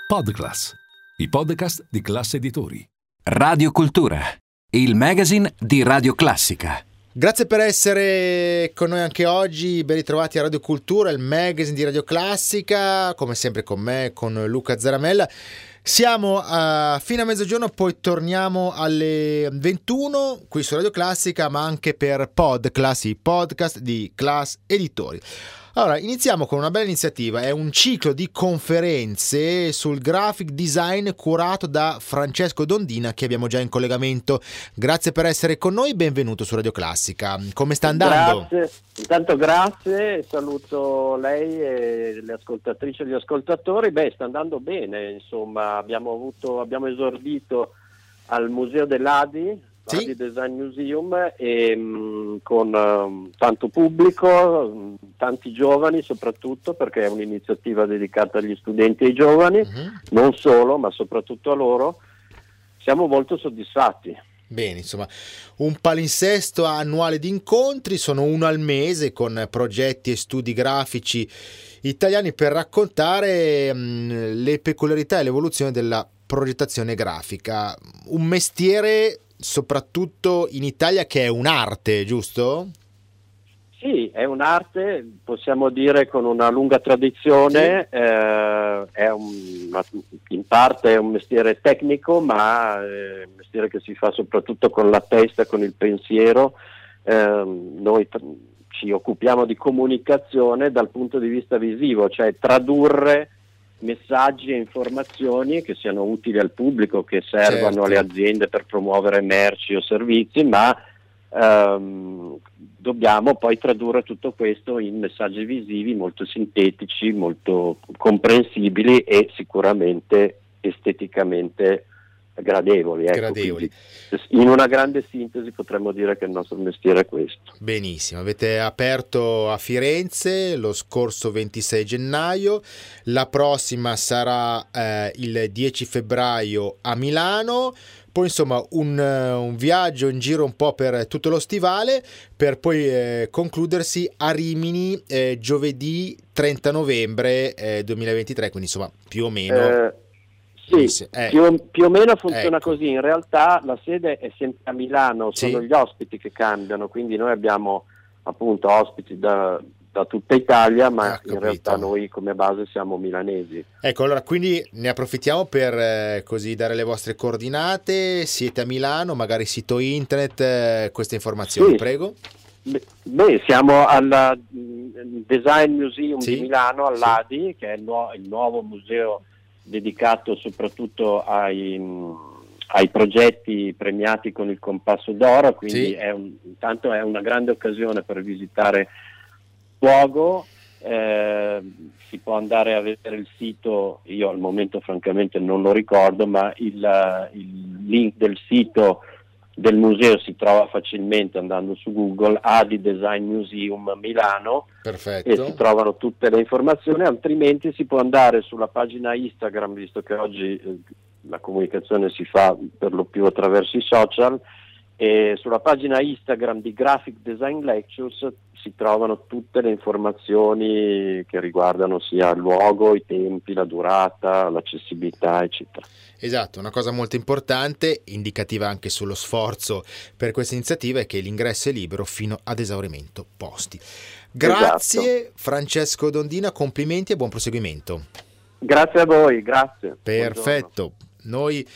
Podclass, i podcast di Classe Editori. Radio Cultura, il magazine di Radio Classica. Grazie per essere con noi anche oggi, ben ritrovati a Radio Cultura, il magazine di Radio Classica, come sempre con me, con Luca Zaramella. Siamo fino a mezzogiorno, poi torniamo alle 21 qui su Radio Classica, ma anche per Podclass, i podcast di Class Editori. Allora, iniziamo con una bella iniziativa, è un ciclo di conferenze sul graphic design curato da Francesco Dondina, che abbiamo già in collegamento. Grazie per essere con noi, benvenuto su Radio Classica. Come sta andando? Grazie, intanto grazie, saluto lei e le ascoltatrici e gli ascoltatori. Sta andando bene, insomma, abbiamo esordito al Museo dell'Adi, Sì. Adi Design Museum, e con tanto pubblico, tanti giovani soprattutto, perché è un'iniziativa dedicata agli studenti e ai giovani, non solo, ma soprattutto a loro. Siamo molto soddisfatti. Bene, insomma, un palinsesto annuale di incontri, sono uno al mese, con progetti e studi grafici italiani per raccontare le peculiarità e l'evoluzione della progettazione grafica. Un mestiere soprattutto in Italia che è un'arte, giusto? Sì, è un'arte, possiamo dire, con una lunga tradizione. Sì. In parte è un mestiere tecnico, ma è un mestiere che si fa soprattutto con la testa, con il pensiero. Noi ci occupiamo di comunicazione dal punto di vista visivo, cioè tradurre messaggi e informazioni che siano utili al pubblico, che servano, certo, alle aziende per promuovere merci o servizi, ma dobbiamo poi tradurre tutto questo in messaggi visivi molto sintetici, molto comprensibili e sicuramente esteticamente gradevoli. Gradevoli. In una grande sintesi potremmo dire che il nostro mestiere è questo. Benissimo, avete aperto a Firenze lo scorso 26 gennaio, la prossima sarà il 10 febbraio a Milano, poi insomma un viaggio in giro un po' per tutto lo stivale, per poi concludersi a Rimini giovedì 30 novembre 2023, quindi insomma più o meno... Sì, più o meno funziona così. In realtà la sede è sempre a Milano, sono gli ospiti che cambiano, quindi noi abbiamo appunto ospiti da tutta Italia, ma in realtà noi come base siamo milanesi. Ecco, allora quindi ne approfittiamo per così dare le vostre coordinate. Siete a Milano, magari sito internet, queste informazioni, sì. Prego. Siamo al Design Museum di Milano, all'Adi, che è il nuovo museo dedicato soprattutto ai progetti premiati con il Compasso d'Oro, quindi intanto è una grande occasione per visitare il luogo. Si può andare a vedere il sito, io al momento francamente non lo ricordo, ma il link del sito del museo si trova facilmente andando su Google, Adi Design Museum Milano. Perfetto. E si trovano tutte le informazioni, altrimenti si può andare sulla pagina Instagram, visto che oggi la comunicazione si fa per lo più attraverso i social, e sulla pagina Instagram di Graphic Design Lectures si trovano tutte le informazioni che riguardano sia il luogo, i tempi, la durata, l'accessibilità, eccetera. Esatto, una cosa molto importante, indicativa anche sullo sforzo per questa iniziativa, è che l'ingresso è libero fino ad esaurimento posti. Grazie, esatto. Francesco Dondina, complimenti e buon proseguimento. Grazie a voi, grazie. Perfetto. Buongiorno. Noi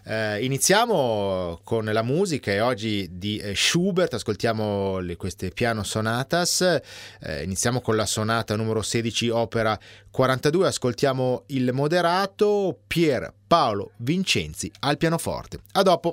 iniziamo con la musica, e oggi di Schubert ascoltiamo queste piano sonatas. Iniziamo con la sonata numero 16, opera 42, ascoltiamo il moderato Pier Paolo Vincenzi al pianoforte. A dopo.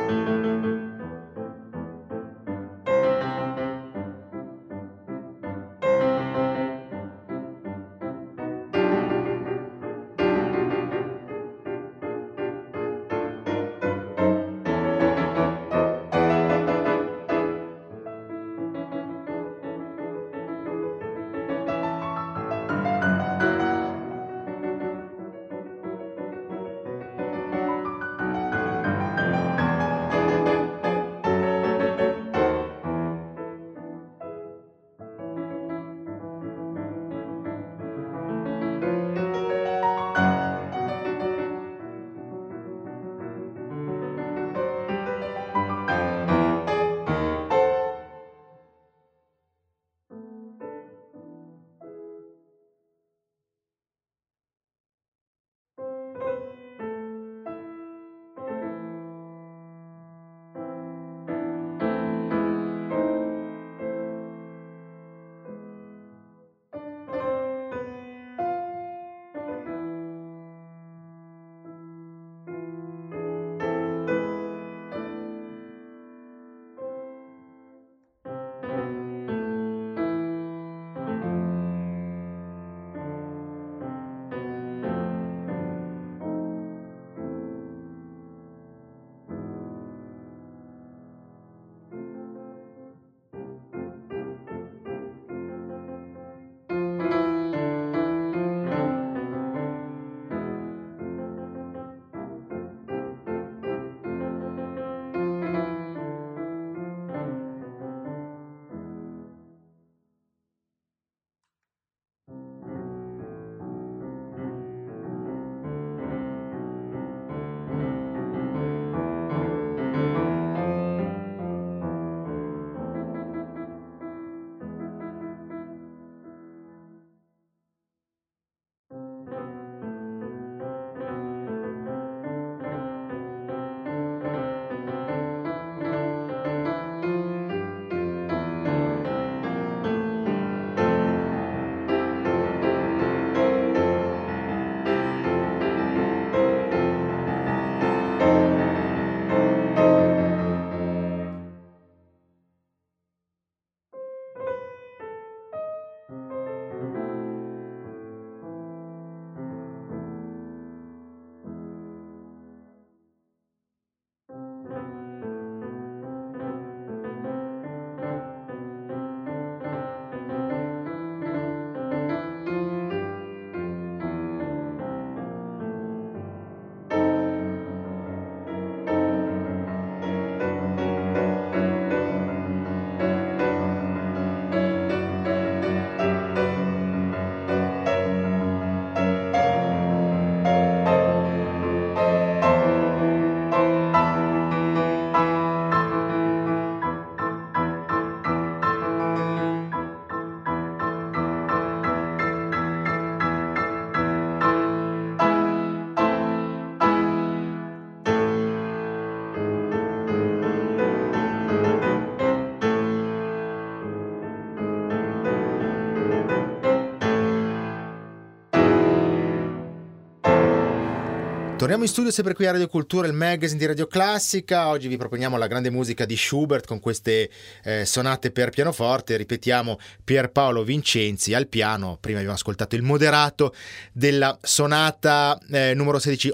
Torniamo in studio sempre qui a Radio Cultura, il magazine di Radio Classica. Oggi vi proponiamo la grande musica di Schubert con queste sonate per pianoforte. Ripetiamo, Pierpaolo Vincenzi al piano. Prima abbiamo ascoltato il moderato della sonata numero 16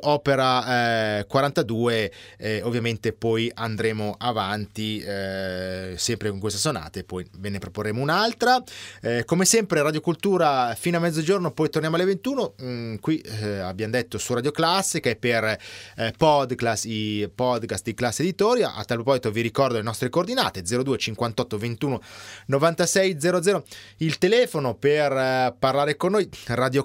opera 42. Ovviamente poi andremo avanti sempre con questa sonata e poi ve ne proporremo un'altra. Come sempre Radio Cultura fino a mezzogiorno, poi torniamo alle 21. Qui abbiamo detto su Radio Classica e per podcast di Classe Editoria. A tal proposito vi ricordo le nostre coordinate: 02 58 21 96 00 il telefono per parlare con noi,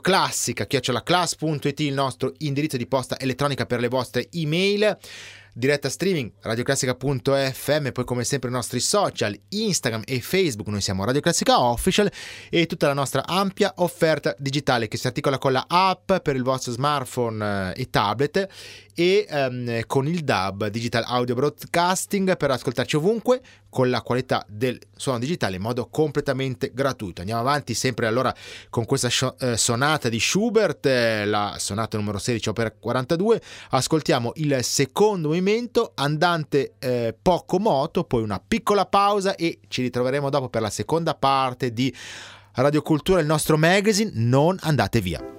radioclassica@class.it il nostro indirizzo di posta elettronica per le vostre email. Diretta streaming radioclassica.fm, poi come sempre i nostri social Instagram e Facebook, noi siamo Radio Classica Official, e tutta la nostra ampia offerta digitale che si articola con la app per il vostro smartphone e tablet e con il DAB, Digital Audio Broadcasting, per ascoltarci ovunque con la qualità del suono digitale in modo completamente gratuito. Andiamo avanti sempre allora con questa sonata di Schubert, la sonata numero 16 opera 42. Ascoltiamo il secondo movimento, andante poco moto, poi una piccola pausa e ci ritroveremo dopo per la seconda parte di Radio Cultura, il nostro magazine. Non andate via.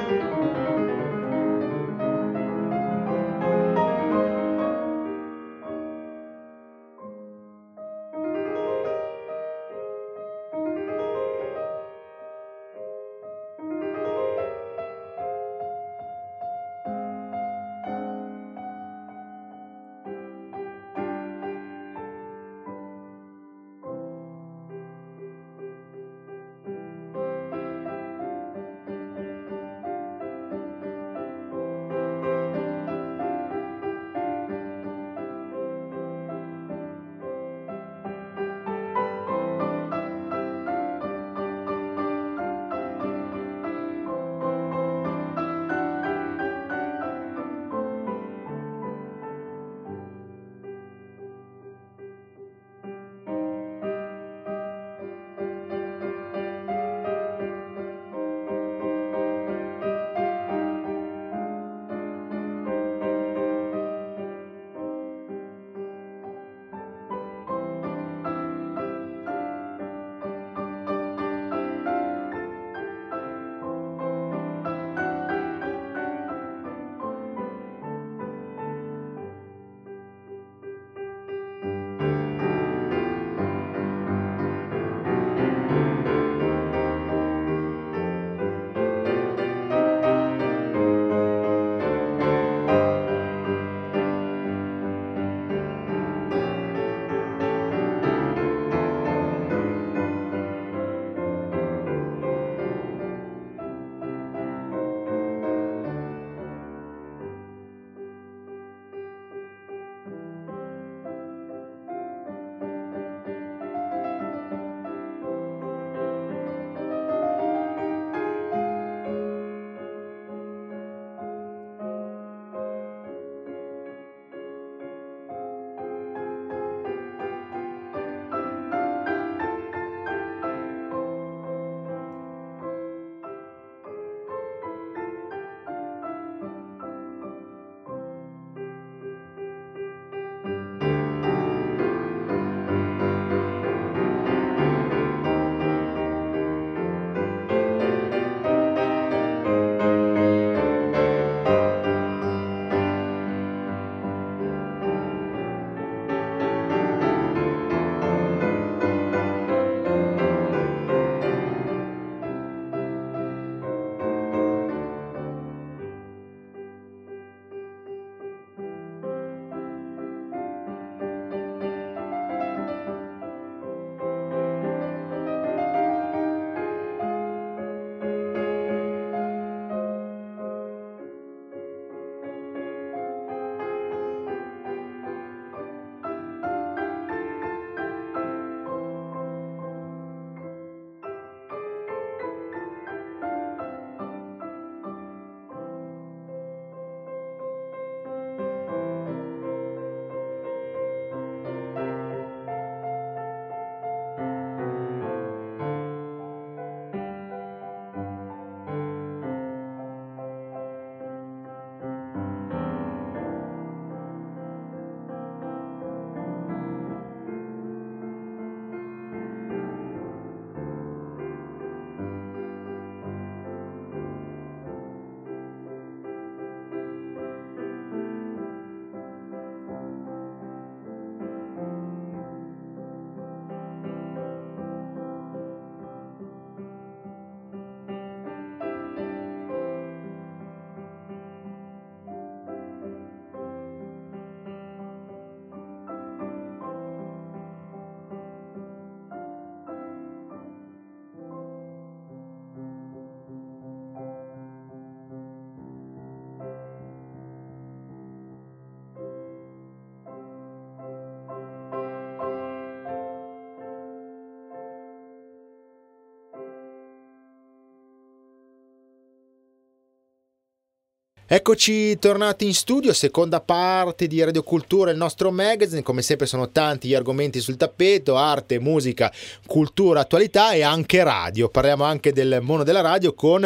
Eccoci tornati in studio, seconda parte di Radio Cultura, il nostro magazine. Come sempre sono tanti gli argomenti sul tappeto: arte, musica, cultura, attualità e anche radio. Parliamo anche del mondo della radio con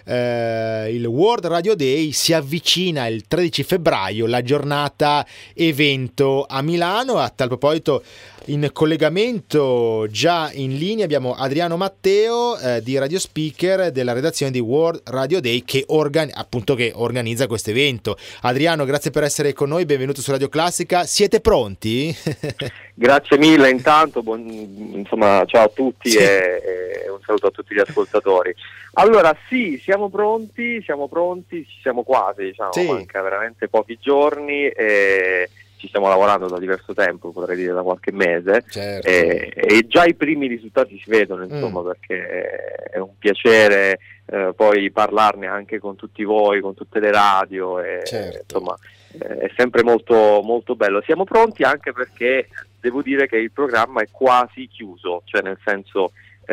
il World Radio Day. Si avvicina il 13 febbraio, la giornata evento a Milano. A tal proposito in collegamento già in linea abbiamo Adriano Matteo di Radio Speaker della redazione di World Radio Day che organizza questo evento. Adriano, grazie per essere con noi, benvenuto su Radio Classica. Siete pronti? Grazie mille intanto, insomma ciao a tutti e un saluto a tutti gli ascoltatori. Allora sì, siamo pronti, ci siamo quasi, diciamo, sì. Manca veramente pochi giorni e ci stiamo lavorando da diverso tempo, potrei dire da qualche mese, certo. e già i primi risultati si vedono, insomma, perché è un piacere poi parlarne anche con tutti voi, con tutte le radio, e certo. Insomma è sempre molto, molto bello. Siamo pronti anche perché devo dire che il programma è quasi chiuso, cioè nel senso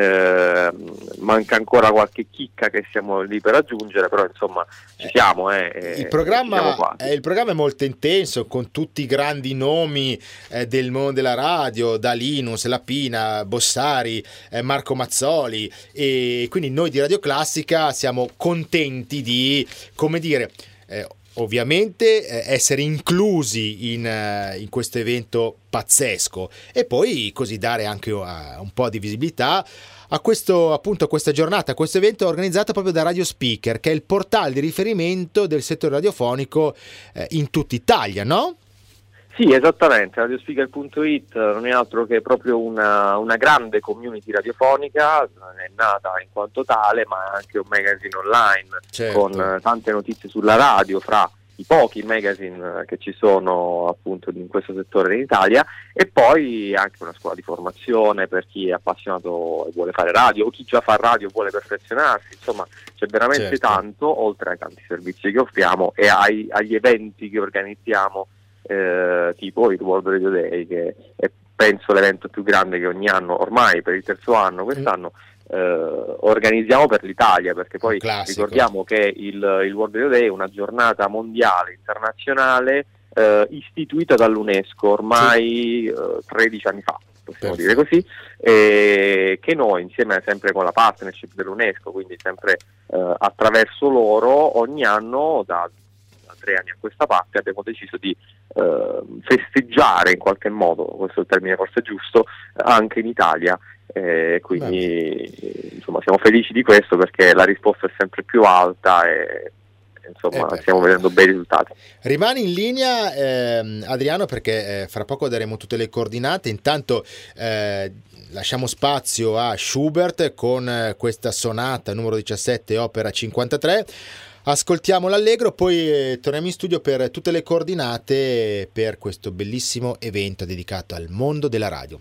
manca ancora qualche chicca che siamo lì per aggiungere, però insomma ci siamo. Il programma è molto intenso, con tutti i grandi nomi del mondo della radio, da Linus, Lapina, Bossari, Marco Mazzoli, e quindi noi di Radio Classica siamo contenti di, come dire, ovviamente essere inclusi in questo evento pazzesco e poi così dare anche un po' di visibilità a questa giornata, a questo evento organizzato proprio da Radio Speaker, che è il portale di riferimento del settore radiofonico in tutta Italia, no? Sì, esattamente, radiospeaker.it non è altro che proprio una grande community radiofonica, è nata in quanto tale, ma è anche un magazine online, certo. Con tante notizie sulla radio, fra i pochi magazine che ci sono appunto in questo settore in Italia, e poi anche una scuola di formazione per chi è appassionato e vuole fare radio, o chi già fa radio e vuole perfezionarsi, insomma c'è veramente certo. tanto, oltre ai tanti servizi che offriamo e agli eventi che organizziamo, tipo il World Radio Day, che è penso l'evento più grande che ogni anno, ormai per il terzo anno quest'anno, organizziamo per l'Italia, perché poi ricordiamo che il World Radio Day è una giornata mondiale, internazionale, istituita dall'UNESCO ormai 13 anni fa, possiamo dire così, che noi insieme sempre con la partnership dell'UNESCO, quindi sempre attraverso loro, ogni anno da 3 anni a questa parte abbiamo deciso di festeggiare in qualche modo, questo è il termine forse giusto, anche in Italia, quindi insomma siamo felici di questo perché la risposta è sempre più alta e insomma stiamo vedendo bei risultati. Rimani in linea Adriano, perché fra poco daremo tutte le coordinate. Intanto lasciamo spazio a Schubert con questa sonata numero 17 opera 53. Ascoltiamo l'Allegro, poi torniamo in studio per tutte le coordinate per questo bellissimo evento dedicato al mondo della radio.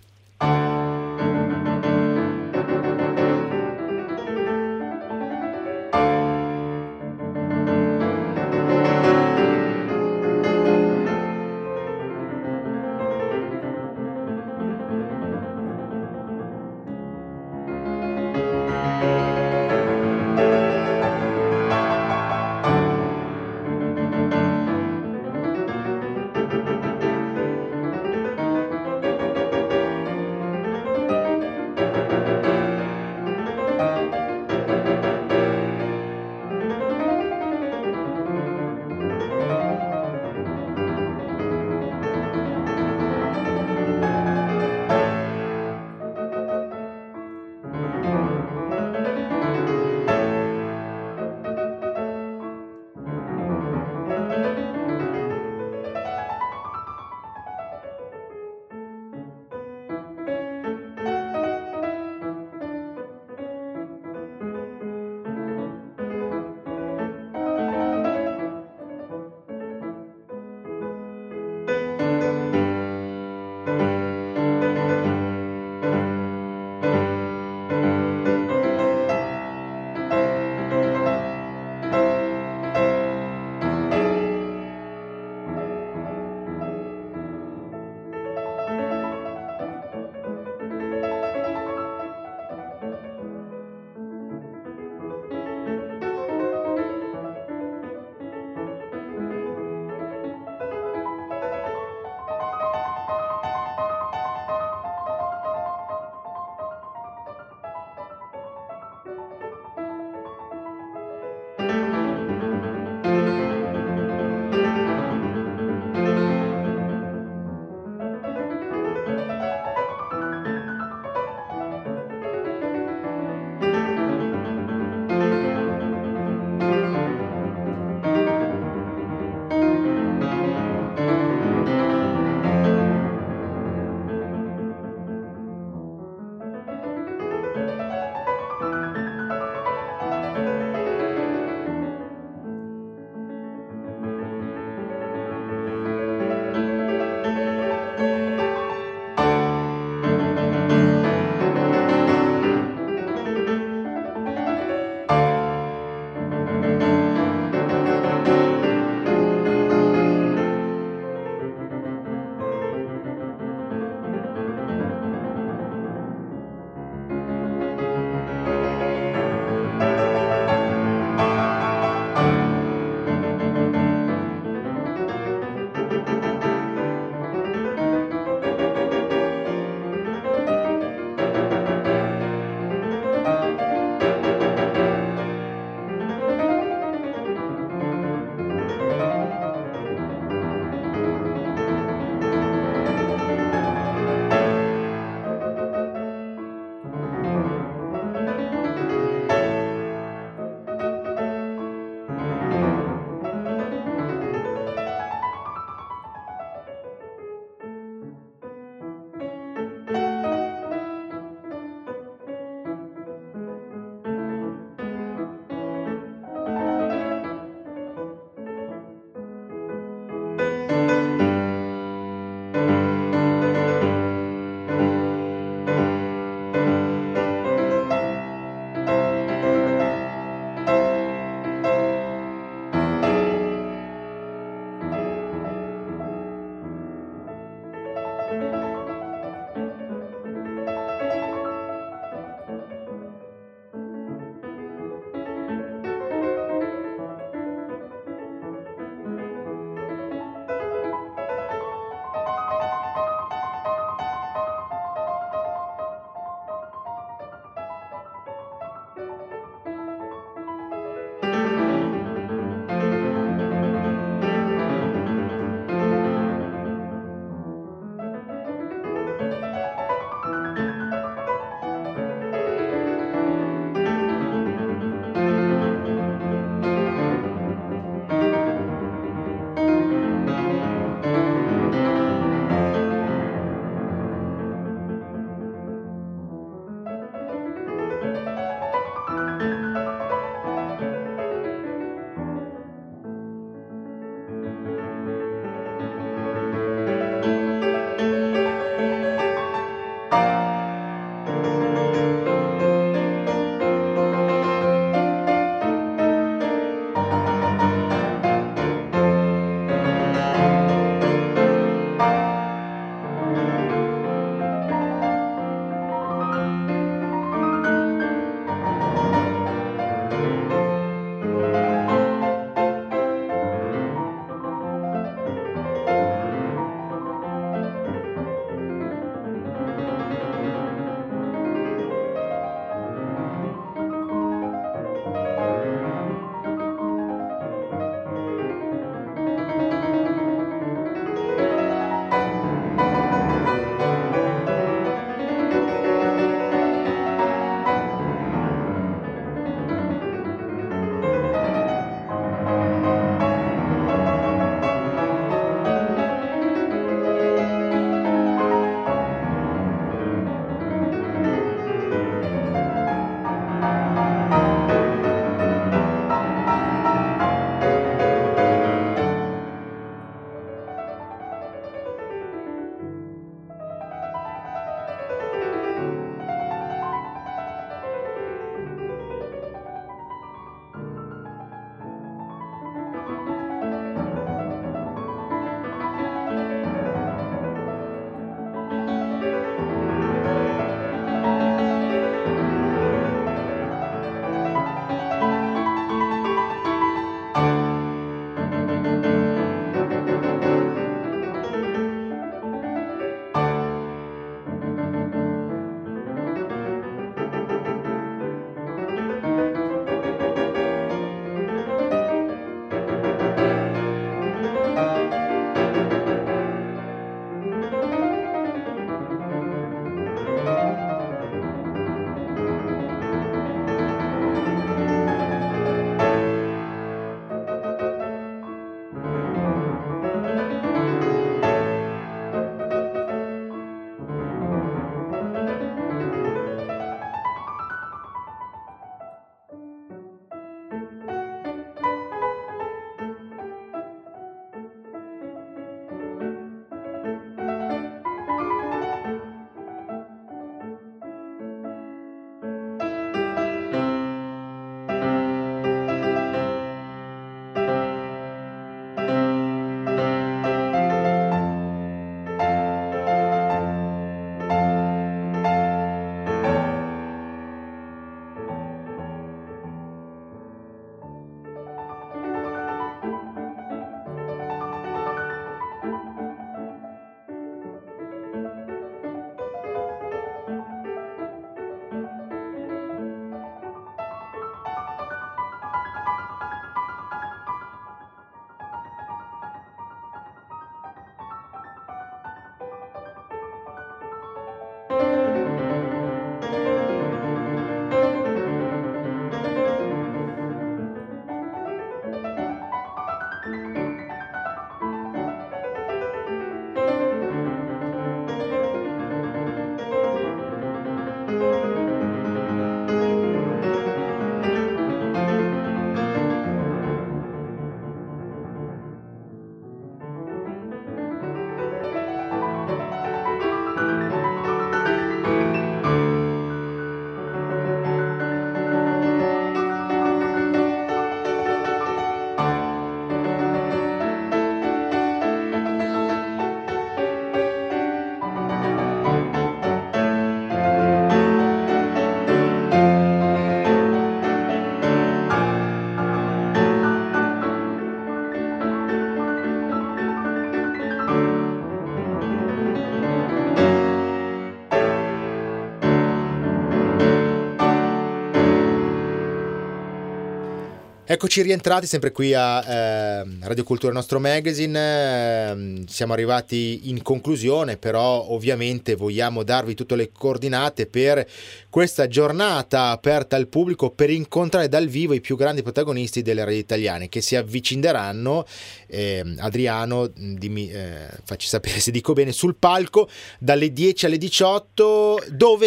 Eccoci rientrati sempre qui a Radio Cultura, il nostro magazine. Siamo arrivati in conclusione, però ovviamente vogliamo darvi tutte le coordinate per questa giornata aperta al pubblico per incontrare dal vivo i più grandi protagonisti delle radio italiane che si avvicineranno. Adriano, facci sapere se dico bene, sul palco dalle 10 alle 18. Dove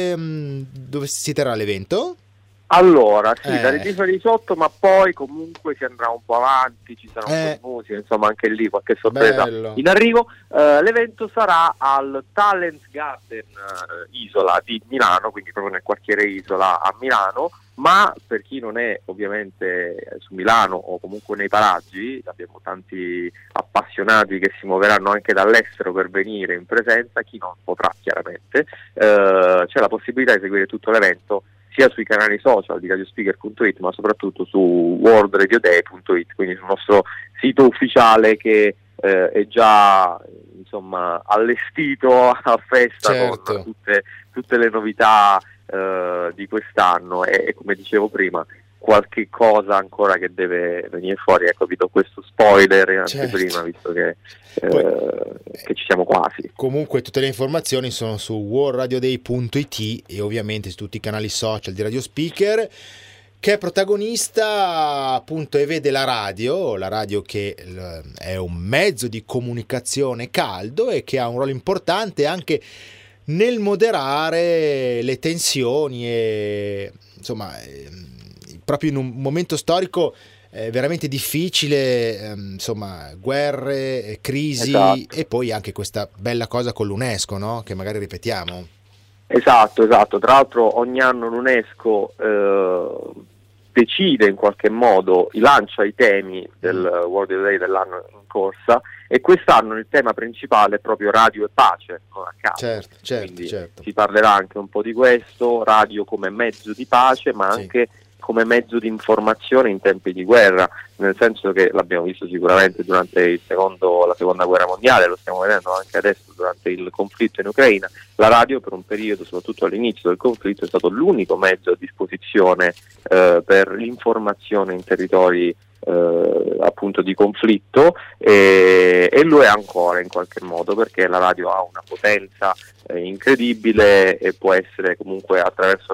si terrà l'evento? Allora, sì, dalle 10 alle 18, ma poi comunque si andrà un po' avanti, ci sarà un po' di musica, insomma anche lì qualche sorpresa in arrivo. L'evento sarà al Talent Garden Isola di Milano, quindi proprio nel quartiere Isola a Milano, ma per chi non è ovviamente su Milano o comunque nei paraggi, abbiamo tanti appassionati che si muoveranno anche dall'estero per venire in presenza, chi non potrà chiaramente, c'è la possibilità di seguire tutto l'evento sia sui canali social di radiospeaker.it, ma soprattutto su worldradioday.it, quindi sul nostro sito ufficiale che è già insomma allestito a festa, certo, con tutte le novità di quest'anno e come dicevo prima qualche cosa ancora che deve venire fuori, ecco, vi do questo spoiler anche certo, prima, visto che ci siamo quasi. Comunque tutte le informazioni sono su worldradioday.it e ovviamente su tutti i canali social di Radio Speaker, che è protagonista appunto e vede la radio che è un mezzo di comunicazione caldo e che ha un ruolo importante anche nel moderare le tensioni e insomma proprio in un momento storico veramente difficile, insomma guerre, crisi, esatto. E poi anche questa bella cosa con l'UNESCO, no? Che magari ripetiamo. Esatto, tra l'altro ogni anno l'UNESCO decide in qualche modo, lancia i temi del World Radio Day dell'anno in corsa, e quest'anno il tema principale è proprio radio e pace, non a caso. Certo. Si parlerà anche un po' di questo, radio come mezzo di pace, ma anche come mezzo di informazione in tempi di guerra, nel senso che l'abbiamo visto sicuramente durante la seconda guerra mondiale, lo stiamo vedendo anche adesso durante il conflitto in Ucraina. La radio per un periodo, soprattutto all'inizio del conflitto, è stato l'unico mezzo a disposizione per l'informazione in territori appunto di conflitto, e lo è ancora in qualche modo, perché la radio ha una potenza incredibile e può essere comunque attraverso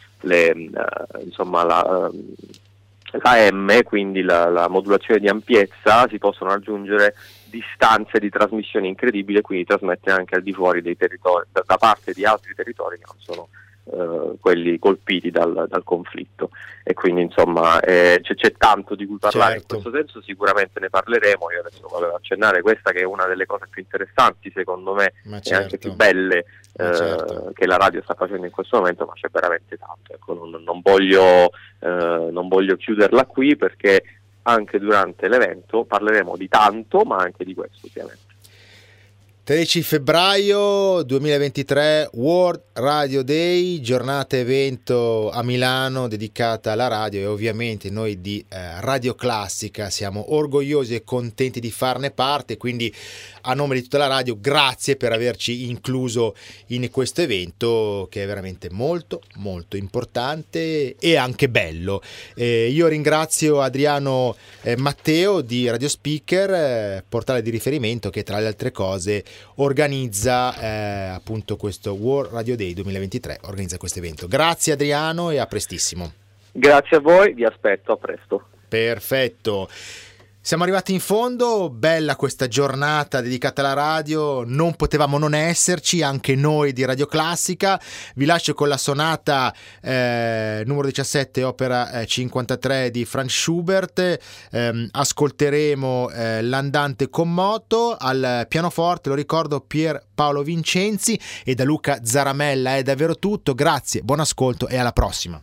insomma la M, quindi la modulazione di ampiezza, si possono raggiungere distanze di trasmissione incredibili, quindi trasmette anche al di fuori dei territori, da parte di altri territori che non sono quelli colpiti dal conflitto, e quindi insomma c'è tanto di cui parlare. Certo. In questo senso sicuramente ne parleremo. Io adesso volevo accennare questa che è una delle cose più interessanti secondo me, e anche più belle che la radio sta facendo in questo momento, ma c'è veramente tanto, ecco, non voglio chiuderla qui, perché anche durante l'evento parleremo di tanto, ma anche di questo ovviamente. 13 febbraio 2023, World Radio Day, giornata evento a Milano dedicata alla radio, e ovviamente noi di Radio Classica siamo orgogliosi e contenti di farne parte, quindi a nome di tutta la radio grazie per averci incluso in questo evento che è veramente molto molto importante e anche bello. Io ringrazio Adriano Matteo di Radio Speaker, portale di riferimento che tra le altre cose organizza appunto questo World Radio Day 2023, organizza questo evento. Grazie Adriano e a prestissimo. Grazie a voi, vi aspetto, a presto. Perfetto. Siamo arrivati in fondo, bella questa giornata dedicata alla radio, non potevamo non esserci, anche noi di Radio Classica. Vi lascio con la sonata numero 17, opera 53 di Franz Schubert. Ascolteremo l'Andante con moto, al pianoforte, lo ricordo, Pier Paolo Vincenzi, e da Luca Zaramella è davvero tutto. Grazie, buon ascolto e alla prossima.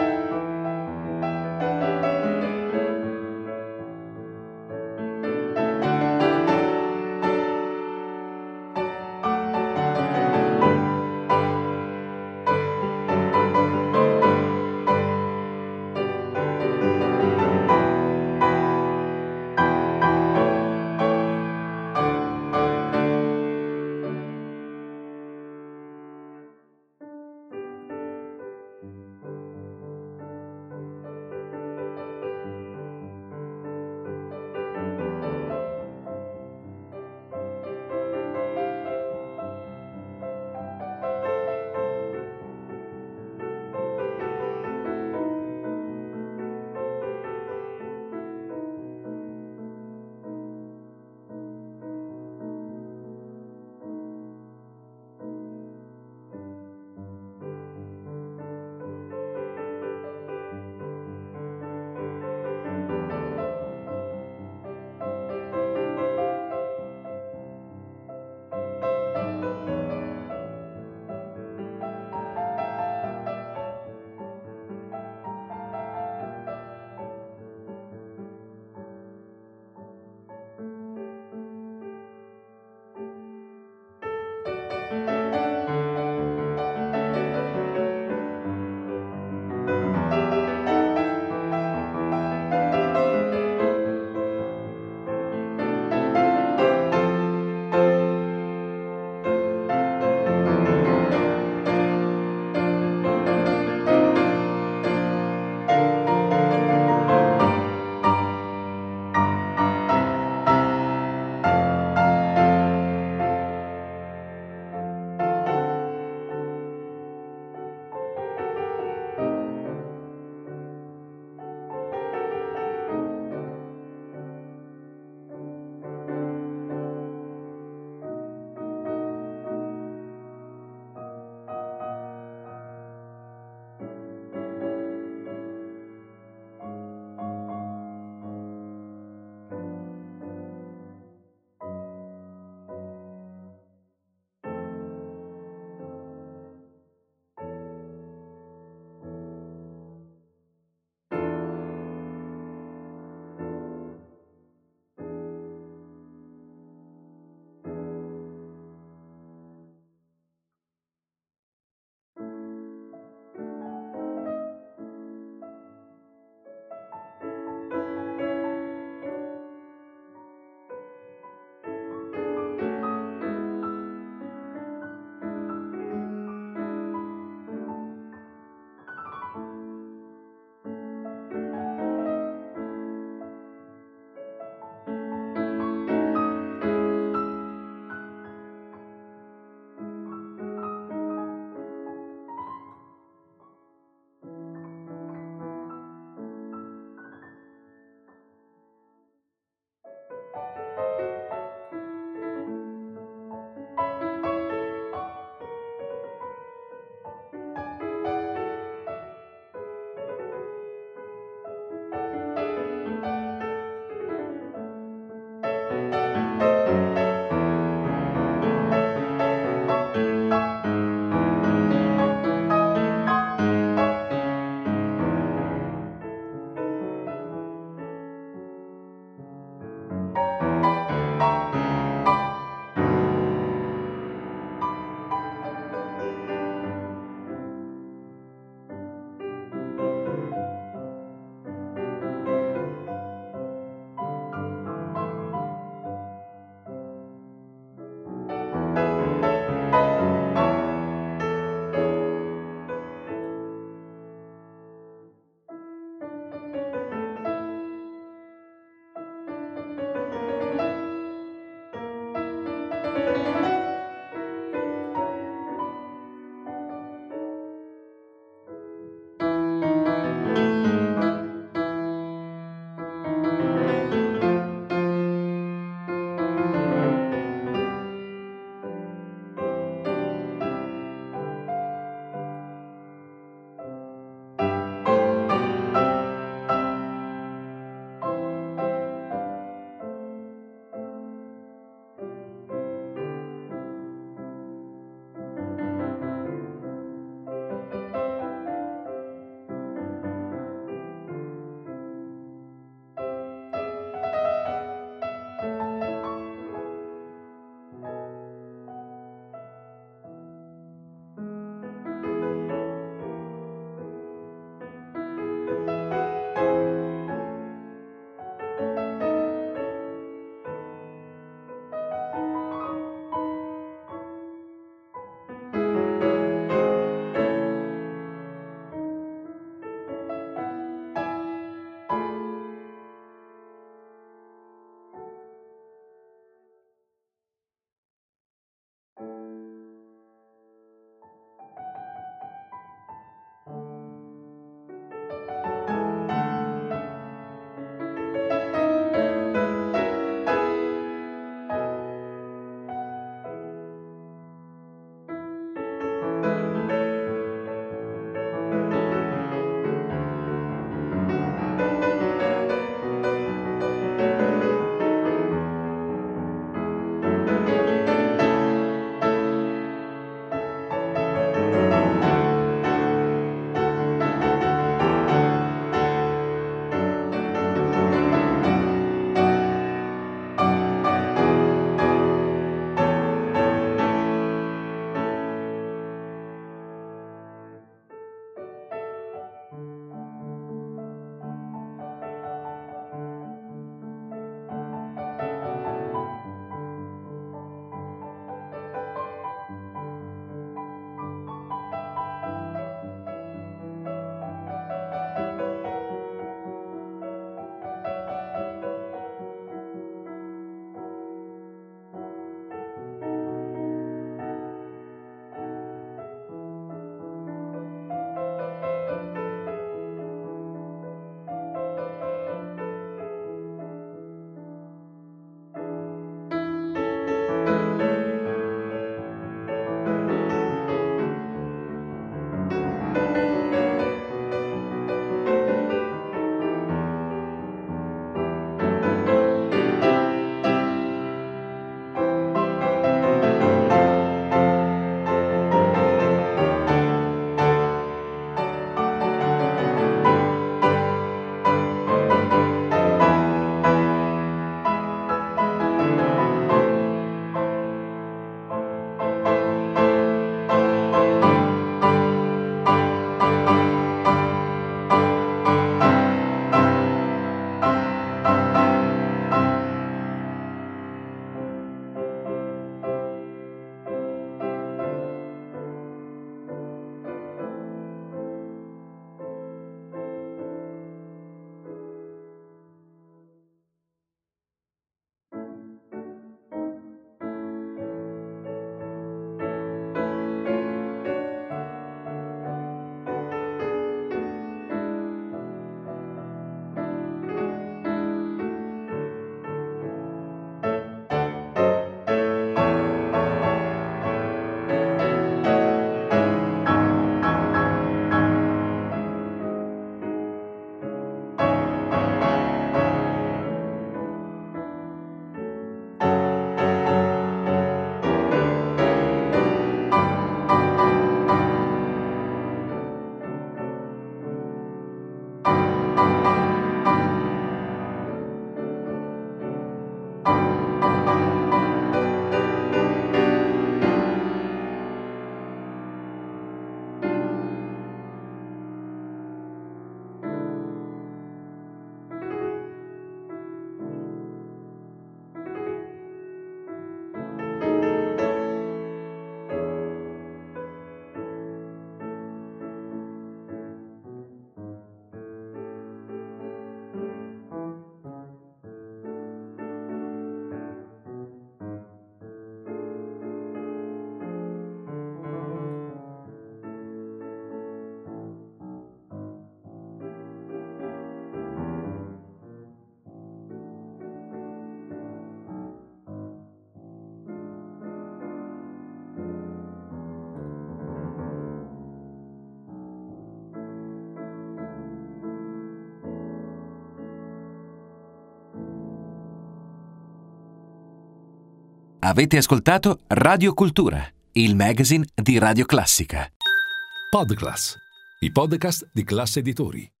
Avete ascoltato Radio Cultura, il magazine di Radio Classica. Podclass, i podcast di Classe Editori.